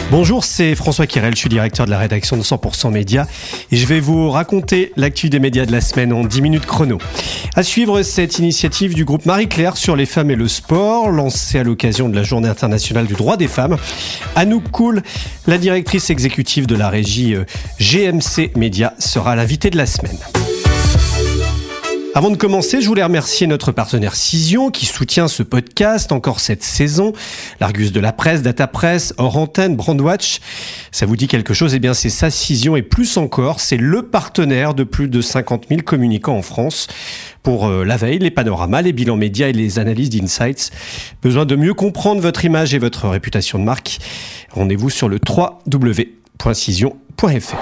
Bonjour, c'est François Kirel, je suis directeur de la rédaction de 100% Média et je vais vous raconter l'actu des médias de la semaine en 10 minutes chrono. À suivre cette initiative du groupe Marie-Claire sur les femmes et le sport, lancée à l'occasion de la Journée internationale du droit des femmes. Anouk Koul, la directrice exécutive de la régie GMC Média, sera l'invitée de la semaine. Avant de commencer, je voulais remercier notre partenaire Cision qui soutient ce podcast encore cette saison. L'Argus de la presse, Data Press, Hors Antenne, Brandwatch. Ça vous dit quelque chose? Eh bien, c'est ça, Cision et plus encore. C'est le partenaire de plus de 50 000 communicants en France pour la veille, les panoramas, les bilans médias et les analyses d'insights. Besoin de mieux comprendre votre image et votre réputation de marque? Rendez-vous sur le www.cision.fr.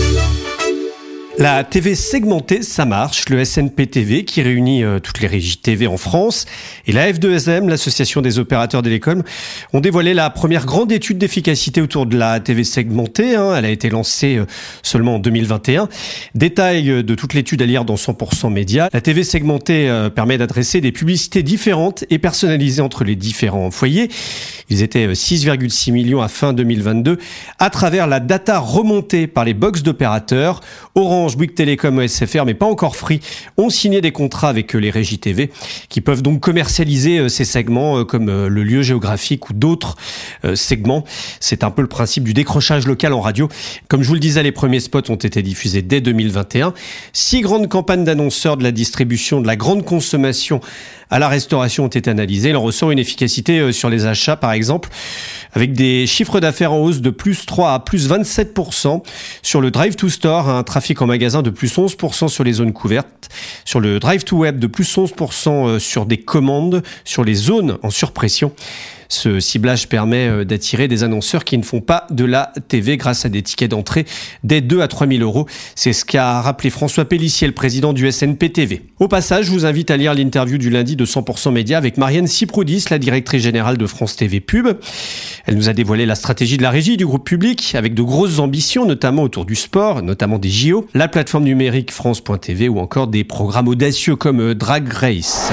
La TV segmentée, ça marche. Le SNP-TV, qui réunit toutes les régies TV en France, et la F2SM, l'association des opérateurs télécoms, ont dévoilé la première grande étude d'efficacité autour de la TV segmentée. Elle a été lancée seulement en 2021. Détail de toute l'étude à lire dans 100% Média. La TV segmentée permet d'adresser des publicités différentes et personnalisées entre les différents foyers. Ils étaient 6,6 millions à fin 2022 à travers la data remontée par les box d'opérateurs. Orange, Bouygues Télécom, SFR, mais pas encore Free, ont signé des contrats avec les régies TV qui peuvent donc commercialiser ces segments comme le lieu géographique ou d'autres segments. C'est un peu le principe du décrochage local en radio. Comme je vous le disais, les premiers spots ont été diffusés dès 2021. 6 grandes campagnes d'annonceurs de la distribution, de la grande consommation à la restauration ont été analysées. Il en ressort une efficacité sur les achats, par exemple, avec des chiffres d'affaires en hausse de plus 3 à plus 27% sur le Drive to Store, un trafic en magasin de plus 11% sur les zones couvertes, sur le Drive to Web de plus 11% sur des commandes, sur les zones en surpression. Ce ciblage permet d'attirer des annonceurs qui ne font pas de la TV grâce à des tickets d'entrée dès 2 à 3 000 euros. C'est ce qu'a rappelé François Pélissier, le président du SNP-TV. Au passage, je vous invite à lire l'interview du lundi de 100% Média avec Marianne Siproudis, la directrice générale de France TV Pub. Elle nous a dévoilé la stratégie de la régie du groupe public avec de grosses ambitions, notamment autour du sport, notamment des JO, la plateforme numérique France.tv ou encore des programmes audacieux comme Drag Race.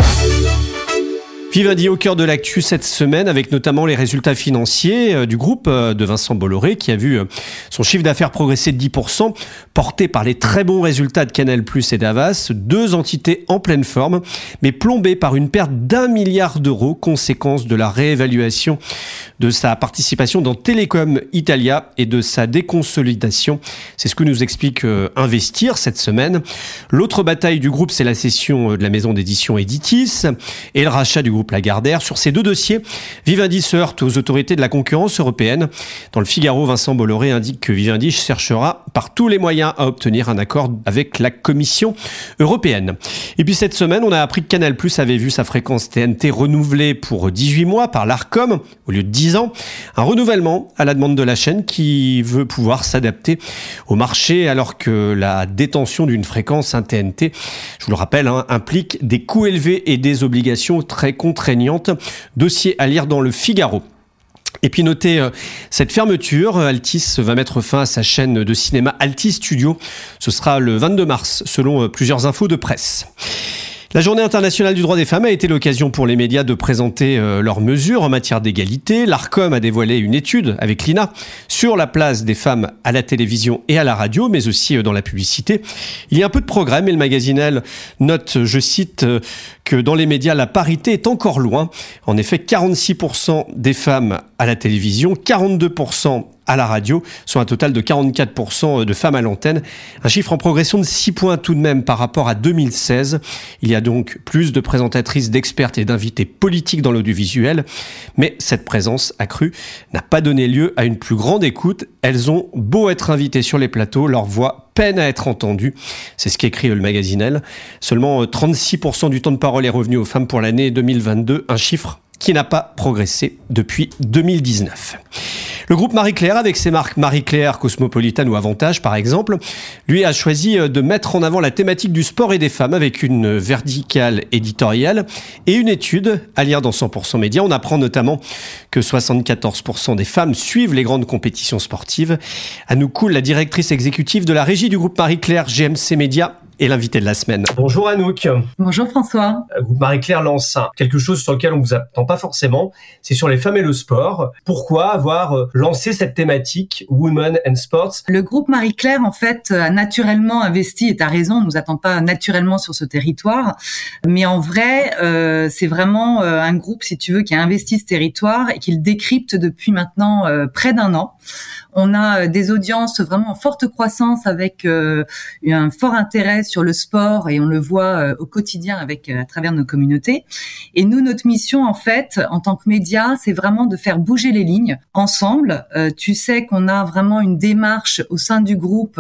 Vivendi au cœur de l'actu cette semaine avec notamment les résultats financiers du groupe de Vincent Bolloré qui a vu son chiffre d'affaires progresser de 10%, porté par les très bons résultats de Canal+ et d'Havas, 2 entités en pleine forme, mais plombées par une perte d'1 milliard d'euros, conséquence de la réévaluation de sa participation dans Telecom Italia et de sa déconsolidation. C'est ce que nous explique Investir cette semaine. L'autre bataille du groupe, c'est la cession de la maison d'édition Editis et le rachat du groupe Lagardère. Sur ces 2 dossiers, Vivendi se heurte aux autorités de la concurrence européenne. Dans le Figaro, Vincent Bolloré indique que Vivendi cherchera par tous les moyens à obtenir un accord avec la Commission européenne. Et puis cette semaine, on a appris que Canal+ avait vu sa fréquence TNT renouvelée pour 18 mois par l'Arcom au lieu de 10 ans. Un renouvellement à la demande de la chaîne qui veut pouvoir s'adapter au marché alors que la détention d'une fréquence TNT, je vous le rappelle, implique des coûts élevés et des obligations très contraignante. Dossier à lire dans le Figaro. Et puis notez cette fermeture. Altis va mettre fin à sa chaîne de cinéma Altis Studio. Ce sera le 22 mars, selon plusieurs infos de presse. La Journée internationale du droit des femmes a été l'occasion pour les médias de présenter leurs mesures en matière d'égalité. L'Arcom a dévoilé une étude avec l'INA sur la place des femmes à la télévision et à la radio, mais aussi dans la publicité. Il y a un peu de progrès, mais le magazine Elle note, je cite, que dans les médias, la parité est encore loin. En effet, 46% des femmes à la télévision, 42% à la radio, soit un total de 44% de femmes à l'antenne. Un chiffre en progression de 6 points tout de même par rapport à 2016. Il y a donc plus de présentatrices, d'expertes et d'invités politiques dans l'audiovisuel. Mais cette présence accrue n'a pas donné lieu à une plus grande écoute. Elles ont beau être invitées sur les plateaux, leur voix peine à être entendue. C'est ce qu'écrit le magazine Elle. Seulement 36% du temps de parole est revenu aux femmes pour l'année 2022, un chiffre qui n'a pas progressé depuis 2019. Le groupe Marie-Claire, avec ses marques Marie-Claire, Cosmopolitan ou Avantage par exemple, lui a choisi de mettre en avant la thématique du sport et des femmes avec une verticale éditoriale et une étude à lire dans 100% Média. On apprend notamment que 74% des femmes suivent les grandes compétitions sportives. Anouk Koul, la directrice exécutive de la régie du groupe Marie-Claire GMC Média, est l'invité de la semaine. Bonjour Anouk. Bonjour François. Groupe Marie-Claire lance quelque chose sur lequel on vous attend pas forcément, c'est sur les femmes et le sport. Pourquoi avoir lancé cette thématique Women and Sports? Le groupe Marie-Claire, en fait, a naturellement investi, et t'as raison, on nous attend pas naturellement sur ce territoire, mais en vrai, c'est vraiment un groupe, si tu veux, qui a investi ce territoire et qui le décrypte depuis maintenant près d'un an. On a des audiences vraiment en forte croissance avec un fort intérêt sur le sport et on le voit au quotidien à travers nos communautés. Et nous, notre mission, en fait, en tant que média, c'est vraiment de faire bouger les lignes ensemble. Tu sais qu'on a vraiment une démarche au sein du groupe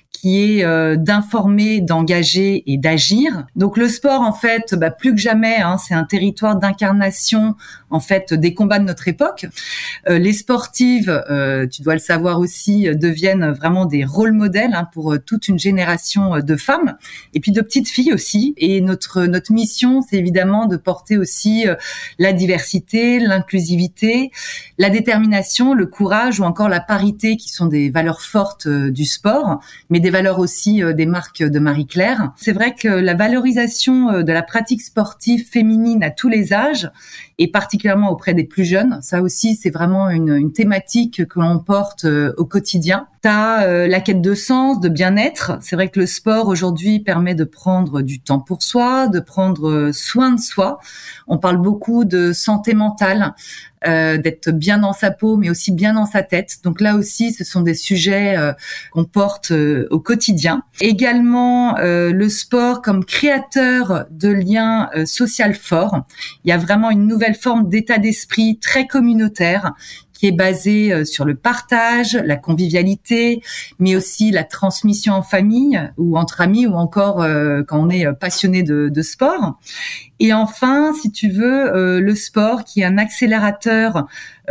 qui est d'informer, d'engager et d'agir. Donc le sport, en fait, plus que jamais, c'est un territoire d'incarnation, en fait, des combats de notre époque. Les sportives, tu dois le savoir aussi, deviennent vraiment des rôles modèles pour toute une génération de femmes et puis de petites filles aussi. Et notre mission, c'est évidemment de porter aussi la diversité, l'inclusivité, la détermination, le courage ou encore la parité, qui sont des valeurs fortes du sport, mais des valeurs aussi des marques de Marie-Claire. C'est vrai que la valorisation de la pratique sportive féminine à tous les âges, et particulièrement auprès des plus jeunes, ça aussi c'est vraiment une thématique que l'on porte au quotidien. T'as la quête de sens, de bien-être. C'est vrai que le sport aujourd'hui permet de prendre du temps pour soi, de prendre soin de soi. On parle beaucoup de santé mentale, d'être bien dans sa peau, mais aussi bien dans sa tête. Donc là aussi, ce sont des sujets qu'on porte au quotidien. Également, le sport comme créateur de liens sociaux forts. Il y a vraiment une nouvelle forme d'état d'esprit très communautaire qui est basée sur le partage, la convivialité, mais aussi la transmission en famille ou entre amis ou encore quand on est passionné de sport. Et enfin, si tu veux, le sport qui est un accélérateur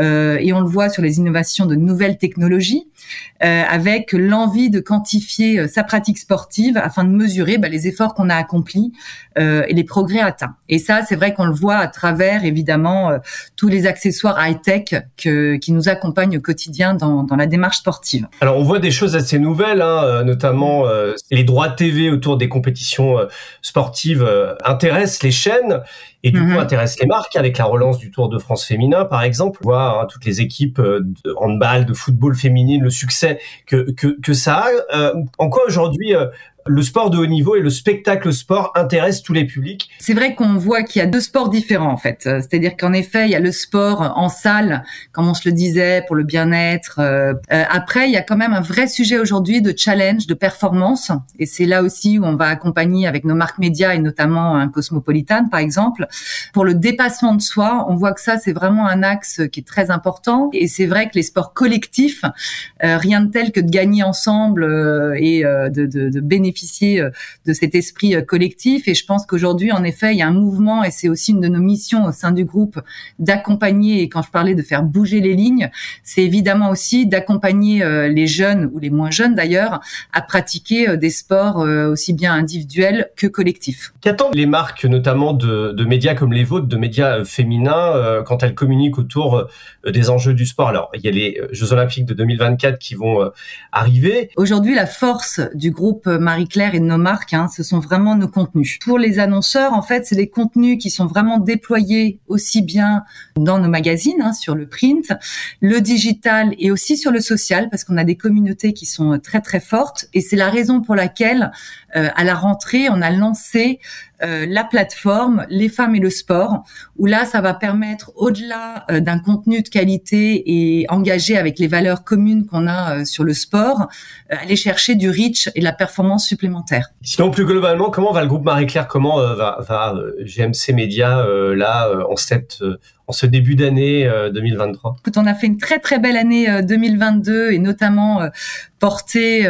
et on le voit sur les innovations de nouvelles technologies, avec l'envie de quantifier sa pratique sportive afin de mesurer les efforts qu'on a accomplis et les progrès atteints. Et ça, c'est vrai qu'on le voit à travers, évidemment, tous les accessoires high-tech qui nous accompagnent au quotidien dans la démarche sportive. Alors, on voit des choses assez nouvelles, notamment les droits TV autour des compétitions sportives intéressent les chaînes et du coup intéressent les marques, avec la relance du Tour de France féminin, par exemple. On voit toutes les équipes de handball, de football féminine, le succès que ça a. En quoi aujourd'hui le sport de haut niveau et le spectacle sport intéressent tous les publics? C'est vrai qu'on voit qu'il y a deux sports différents en fait. C'est-à-dire qu'en effet, il y a le sport en salle, comme on se le disait, pour le bien-être. Après, il y a quand même un vrai sujet aujourd'hui de challenge, de performance. Et c'est là aussi où on va accompagner avec nos marques médias et notamment un Cosmopolitan, par exemple. Pour le dépassement de soi, on voit que ça, c'est vraiment un axe qui est très important. Et c'est vrai que les sports collectifs, rien de tel que de gagner ensemble et de bénéficier de cet esprit collectif. Et je pense qu'aujourd'hui, en effet, il y a un mouvement et c'est aussi une de nos missions au sein du groupe d'accompagner, et quand je parlais de faire bouger les lignes, c'est évidemment aussi d'accompagner les jeunes ou les moins jeunes d'ailleurs à pratiquer des sports aussi bien individuels que collectifs. Qu'attendent les marques, notamment de médias comme les vôtres, de médias féminins, quand elles communiquent autour des enjeux du sport? Alors, il y a les Jeux Olympiques de 2024 qui vont arriver. Aujourd'hui, la force du groupe Marie-Claire et de nos marques, ce sont vraiment nos contenus. Pour les annonceurs, en fait, c'est des contenus qui sont vraiment déployés aussi bien dans nos magazines, sur le print, le digital et aussi sur le social, parce qu'on a des communautés qui sont très très fortes. Et c'est la raison pour laquelle, à la rentrée, on a lancé la plateforme Les Femmes et le Sport, où là, ça va permettre, au-delà d'un contenu de qualité et engagé avec les valeurs communes qu'on a sur le sport, aller chercher du reach et de la performance supplémentaire. Sinon, plus globalement, comment va le groupe Marie-Claire? Comment va GMC Média en ce début d'année 2023? Écoute, on a fait une très très belle année 2022 et notamment portée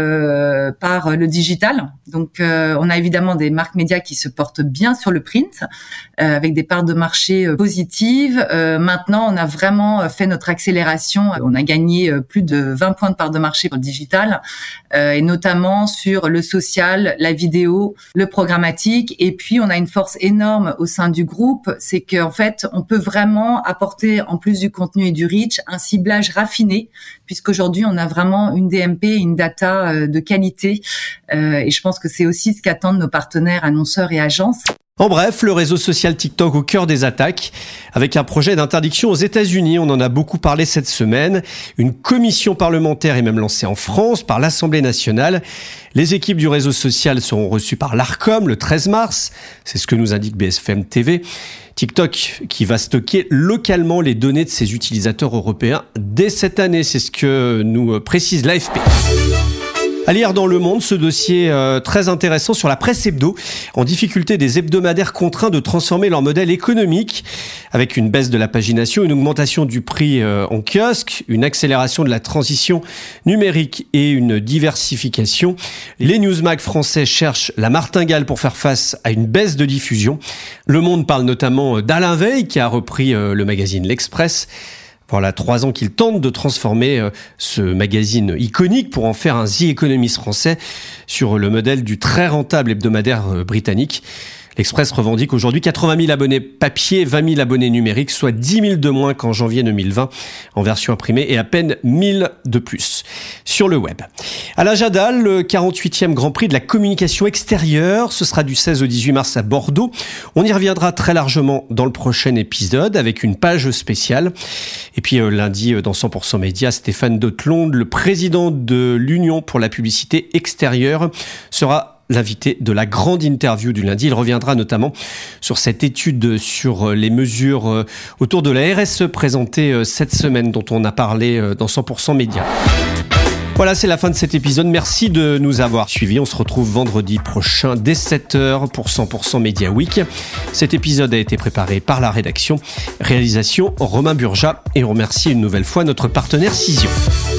par le digital. Donc, on a évidemment des marques médias qui se portent bien sur le print, avec des parts de marché positives. Maintenant, on a vraiment fait notre accélération. On a gagné plus de 20 points de part de marché pour le digital, et notamment sur le social, la vidéo, le programmatique. Et puis, on a une force énorme au sein du groupe, c'est qu'en fait, on peut vraiment apporter, en plus du contenu et du reach, un ciblage raffiné, puisqu'aujourd'hui, on a vraiment une DMP et une data de qualité. Et je pense que c'est aussi ce qu'attendent nos partenaires annonceurs et agences. En bref, le réseau social TikTok au cœur des attaques, avec un projet d'interdiction aux États-Unis. On en a beaucoup parlé cette semaine. Une commission parlementaire est même lancée en France par l'Assemblée nationale. Les équipes du réseau social seront reçues par l'Arcom le 13 mars. C'est ce que nous indique BFM TV. TikTok qui va stocker localement les données de ses utilisateurs européens dès cette année. C'est ce que nous précise l'AFP. À lire dans Le Monde, ce dossier très intéressant sur la presse hebdo, en difficulté des hebdomadaires contraints de transformer leur modèle économique, avec une baisse de la pagination, une augmentation du prix en kiosque, une accélération de la transition numérique et une diversification. Les newsmags français cherchent la martingale pour faire face à une baisse de diffusion. Le Monde parle notamment d'Alain Veil, qui a repris le magazine L'Express. Voilà 3 ans qu'il tente de transformer ce magazine iconique pour en faire un The Economist français sur le modèle du très rentable hebdomadaire britannique. L'Express revendique aujourd'hui 80 000 abonnés papier, 20 000 abonnés numériques, soit 10 000 de moins qu'en janvier 2020 en version imprimée et à peine 1 000 de plus sur le web. À la Jadal, le 48e Grand Prix de la communication extérieure, ce sera du 16 au 18 mars à Bordeaux. On y reviendra très largement dans le prochain épisode avec une page spéciale. Et puis lundi, dans 100% Média, Stéphane Dautelonde, le président de l'Union pour la publicité extérieure, sera l'invité de la grande interview du lundi. Il reviendra notamment sur cette étude sur les mesures autour de la RSE présentée cette semaine, dont on a parlé dans 100% Média. Voilà, c'est la fin de cet épisode. Merci de nous avoir suivis. On se retrouve vendredi prochain dès 7h pour 100% Media Week. Cet épisode a été préparé par la rédaction. Réalisation Romain Burja. Et on remercie une nouvelle fois notre partenaire Cision.